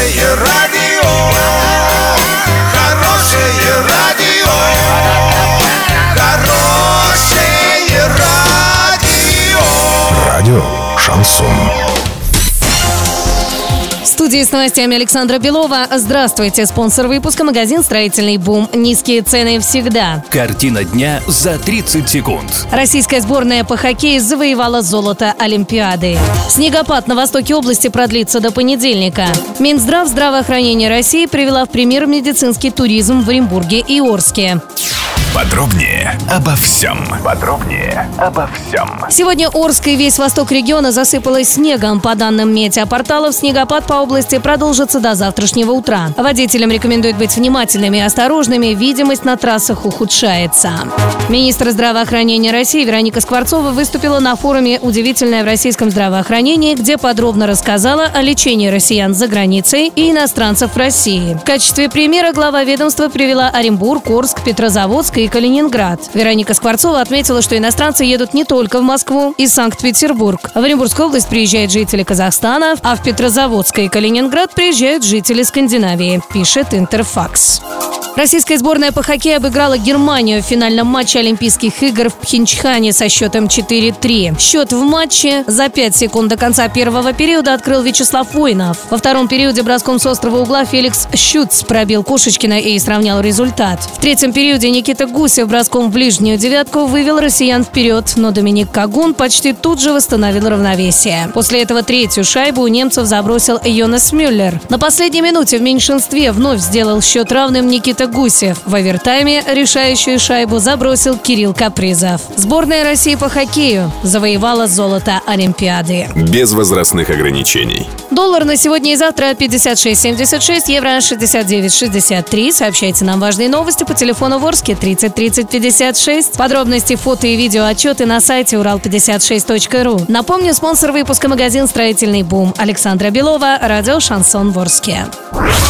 Хорошее радио, хорошее радио, хорошее радио. Радио «Шансон». В студии с новостями Александра Белова. Здравствуйте. Спонсор выпуска — магазин «Строительный бум». Низкие цены всегда. Картина дня за 30 секунд. Российская сборная по хоккею завоевала золото Олимпиады. Снегопад на востоке области продлится до понедельника. Минздрав здравоохранения России привела в пример медицинский туризм в Оренбурге и Орске. Подробнее обо всем. Сегодня Орск и весь восток региона засыпалось снегом. По данным метеопорталов, снегопад по области продолжится до завтрашнего утра. Водителям рекомендуют быть внимательными и осторожными. Видимость на трассах ухудшается. Министр здравоохранения России Вероника Скворцова выступила на форуме «Удивительное в российском здравоохранении», где подробно рассказала о лечении россиян за границей и иностранцев в России. В качестве примера глава ведомства привела Оренбург, Орск, Петрозаводск и Калининград. Вероника Скворцова отметила, что иностранцы едут не только в Москву и Санкт-Петербург. В Оренбургскую область приезжают жители Казахстана, а в Петрозаводск и Калининград приезжают жители Скандинавии, пишет Интерфакс. Российская сборная по хоккею обыграла Германию в финальном матче Олимпийских игр в Пхенчхане со счетом 4-3. Счет в матче за 5 секунд до конца первого периода открыл Вячеслав Войнов. Во втором периоде броском с острого угла Феликс Щуц пробил Кошечкина и сравнял результат. В третьем периоде Никита Гусев броском в ближнюю девятку вывел россиян вперед, но Доминик Кагун почти тут же восстановил равновесие. После этого третью шайбу у немцев забросил Йонас Мюллер. На последней минуте в меньшинстве вновь сделал счет равным Никита Гусев. В овертайме решающую шайбу забросил Кирилл Капризов. Сборная России по хоккею завоевала золото Олимпиады. Без возрастных ограничений. Доллар на сегодня и завтра 56.76, евро 69.63. Сообщайте нам важные новости по телефону в Орске 30 30 56. Подробности, фото и видео отчеты на сайте урал56.ру. Напомню, спонсор выпуска — магазин «Строительный бум». Александра Белова, радио «Шансон» в Орске.